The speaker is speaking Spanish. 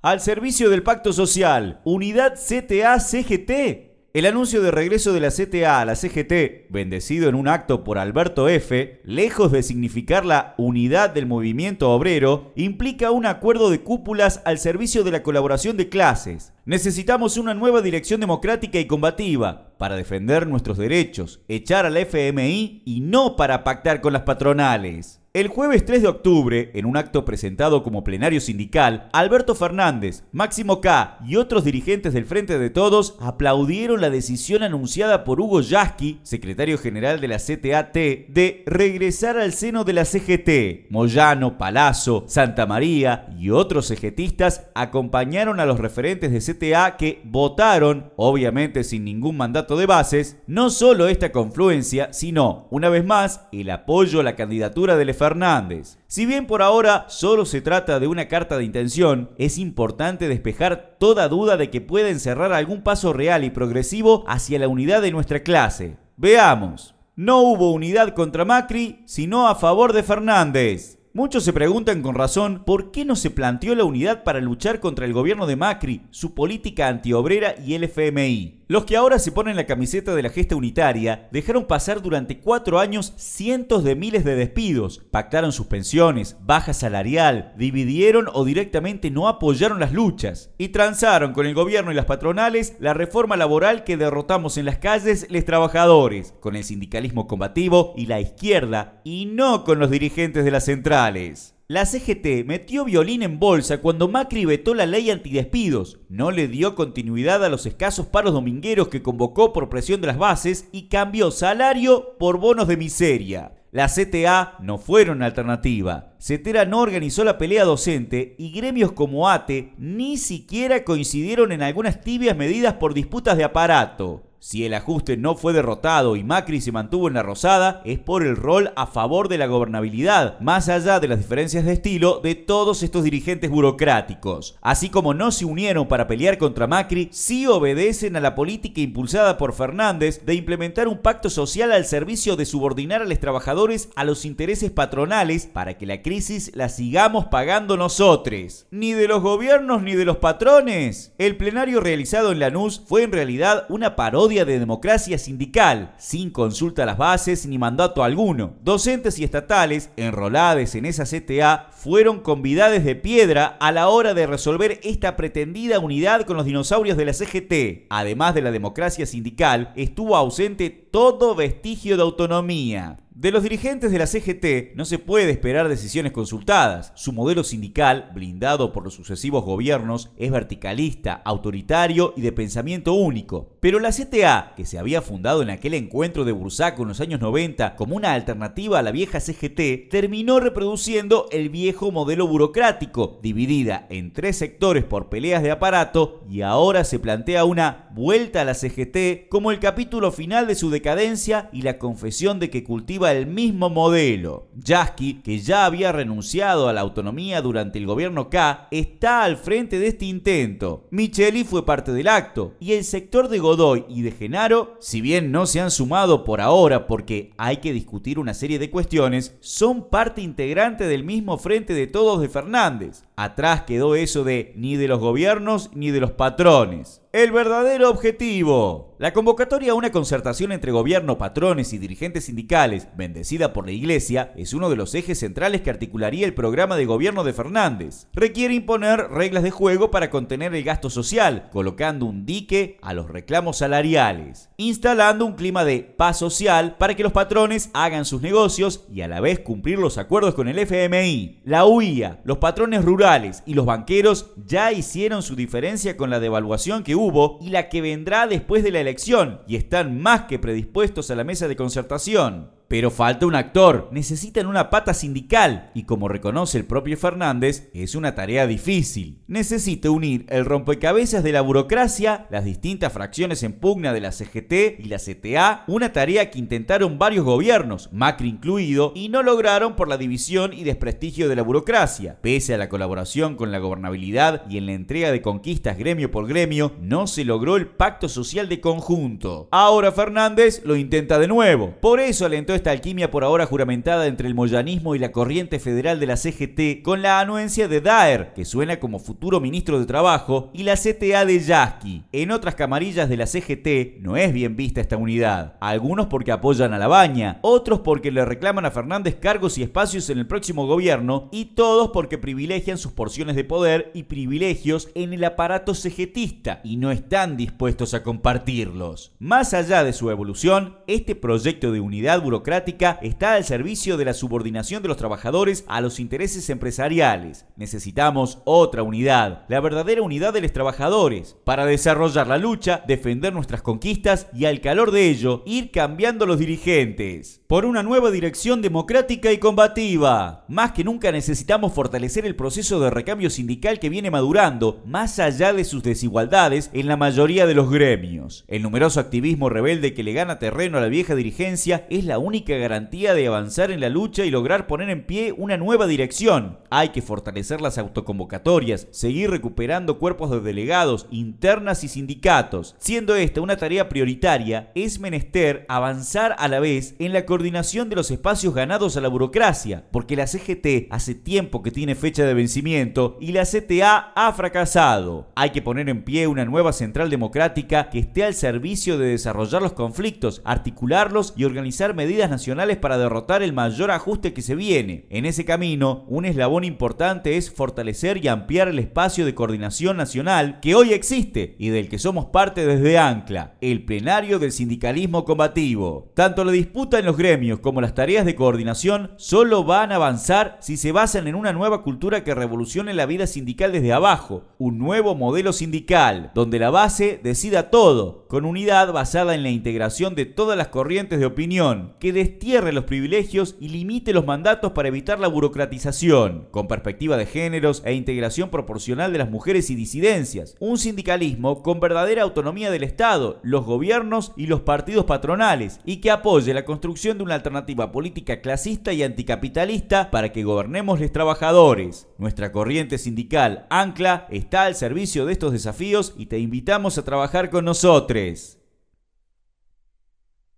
Al servicio del Pacto Social, Unidad CTA-CGT. El anuncio de regreso de la CTA a la CGT, bendecido en un acto por Alberto F., lejos de significar la unidad del movimiento obrero, implica un acuerdo de cúpulas al servicio de la colaboración de clases. Necesitamos una nueva dirección democrática y combativa para defender nuestros derechos, echar a la FMI y no para pactar con las patronales. El jueves 3 de octubre, en un acto presentado como plenario sindical, Alberto Fernández, Máximo K. y otros dirigentes del Frente de Todos aplaudieron la decisión anunciada por Hugo Yasky, secretario general de la CTA-T, de regresar al seno de la CGT. Moyano, Palazzo, Santa María y otros CGTistas acompañaron a los referentes de CTA que votaron, obviamente sin ningún mandato de bases, no solo esta confluencia, sino, una vez más, el apoyo a la candidatura del Fernández. Si bien por ahora solo se trata de una carta de intención, es importante despejar toda duda de que pueda encerrar algún paso real y progresivo hacia la unidad de nuestra clase. Veamos. No hubo unidad contra Macri, sino a favor de Fernández. Muchos se preguntan con razón por qué no se planteó la unidad para luchar contra el gobierno de Macri, su política antiobrera y el FMI. Los que ahora se ponen la camiseta de la gesta unitaria dejaron pasar durante 4 años cientos de miles de despidos, pactaron suspensiones, baja salarial, dividieron o directamente no apoyaron las luchas y transaron con el gobierno y las patronales la reforma laboral que derrotamos en las calles los trabajadores, con el sindicalismo combativo y la izquierda y no con los dirigentes de las centrales. La CGT metió violín en bolsa cuando Macri vetó la ley antidespidos, no le dio continuidad a los escasos paros domingueros que convocó por presión de las bases y cambió salario por bonos de miseria. La CTA no fueron alternativa. CETERA no organizó la pelea docente y gremios como ATE ni siquiera coincidieron en algunas tibias medidas por disputas de aparato. Si el ajuste no fue derrotado y Macri se mantuvo en la rosada, es por el rol a favor de la gobernabilidad, más allá de las diferencias de estilo de todos estos dirigentes burocráticos. Así como no se unieron para pelear contra Macri, sí obedecen a la política impulsada por Fernández de implementar un pacto social al servicio de subordinar a los trabajadores a los intereses patronales para que la crisis la sigamos pagando nosotros. Ni de los gobiernos ni de los patrones. El plenario realizado en Lanús fue en realidad una parodia de democracia sindical, sin consulta a las bases ni mandato alguno. Docentes y estatales, enrolados en esa CTA, fueron convidados de piedra a la hora de resolver esta pretendida unidad con los dinosaurios de la CGT. Además de la democracia sindical, estuvo ausente todo vestigio de autonomía. De los dirigentes de la CGT no se puede esperar decisiones consultadas. Su modelo sindical, blindado por los sucesivos gobiernos, es verticalista, autoritario y de pensamiento único. Pero la CTA, que se había fundado en aquel encuentro de Bursaco en los años 90 como una alternativa a la vieja CGT, terminó reproduciendo el viejo modelo burocrático, dividida en 3 sectores por peleas de aparato, y ahora se plantea una vuelta a la CGT como el capítulo final de su decadencia y la confesión de que cultiva el mismo modelo. Yasky, que ya había renunciado a la autonomía durante el gobierno K, está al frente de este intento. Micheli fue parte del acto y el sector de Godoy y de Genaro, si bien no se han sumado por ahora porque hay que discutir una serie de cuestiones, son parte integrante del mismo Frente de Todos de Fernández. Atrás quedó eso de ni de los gobiernos ni de los patrones. El verdadero objetivo. La convocatoria a una concertación entre gobierno, patrones y dirigentes sindicales, bendecida por la Iglesia, es uno de los ejes centrales que articularía el programa de gobierno de Fernández. Requiere imponer reglas de juego para contener el gasto social, colocando un dique a los reclamos salariales, instalando un clima de paz social para que los patrones hagan sus negocios y a la vez cumplir los acuerdos con el FMI. La UIA, los patrones rurales y los banqueros ya hicieron su diferencia con la devaluación que hubo y la que vendrá después de la elección y están más que predispuestos a la mesa de concertación. Pero falta un actor, necesitan una pata sindical y como reconoce el propio Fernández, es una tarea difícil. Necesita unir el rompecabezas de la burocracia, las distintas fracciones en pugna de la CGT y la CTA, una tarea que intentaron varios gobiernos, Macri incluido, y no lograron por la división y desprestigio de la burocracia. Pese a la colaboración con la gobernabilidad y en la entrega de conquistas gremio por gremio, no se logró el pacto social de conjunto. Ahora Fernández lo intenta de nuevo, por eso alentó esta alquimia por ahora juramentada entre el moyanismo y la corriente federal de la CGT con la anuencia de Daer, que suena como futuro ministro de Trabajo, y la CTA de Yasky. En otras camarillas de la CGT no es bien vista esta unidad. Algunos porque apoyan a Labaña, otros porque le reclaman a Fernández cargos y espacios en el próximo gobierno, y todos porque privilegian sus porciones de poder y privilegios en el aparato CGTista y no están dispuestos a compartirlos. Más allá de su evolución, este proyecto de unidad burocrática está al servicio de la subordinación de los trabajadores a los intereses empresariales. Necesitamos otra unidad, la verdadera unidad de los trabajadores, para desarrollar la lucha, defender nuestras conquistas y al calor de ello, ir cambiando los dirigentes. Por una nueva dirección democrática y combativa. Más que nunca necesitamos fortalecer el proceso de recambio sindical que viene madurando, más allá de sus desigualdades en la mayoría de los gremios. El numeroso activismo rebelde que le gana terreno a la vieja dirigencia es la única garantía de avanzar en la lucha y lograr poner en pie una nueva dirección. Hay que fortalecer las autoconvocatorias, seguir recuperando cuerpos de delegados, internas y sindicatos. Siendo esta una tarea prioritaria, es menester avanzar a la vez en la coordinación de los espacios ganados a la burocracia, porque la CGT hace tiempo que tiene fecha de vencimiento y la CTA ha fracasado. Hay que poner en pie una nueva central democrática que esté al servicio de desarrollar los conflictos, articularlos y organizar medidas nacionales para derrotar el mayor ajuste que se viene. En ese camino, un eslabón importante es fortalecer y ampliar el espacio de coordinación nacional que hoy existe y del que somos parte desde Ancla, el plenario del sindicalismo combativo. Tanto la disputa en los gremios como las tareas de coordinación solo van a avanzar si se basan en una nueva cultura que revolucione la vida sindical desde abajo, un nuevo modelo sindical, donde la base decida todo, con unidad basada en la integración de todas las corrientes de opinión, que destierre los privilegios y limite los mandatos para evitar la burocratización, con perspectiva de géneros e integración proporcional de las mujeres y disidencias, un sindicalismo con verdadera autonomía del Estado, los gobiernos y los partidos patronales, y que apoye la construcción de una alternativa política clasista y anticapitalista para que gobernemos los trabajadores. Nuestra corriente sindical Ancla está al servicio de estos desafíos y te invitamos a trabajar con nosotros.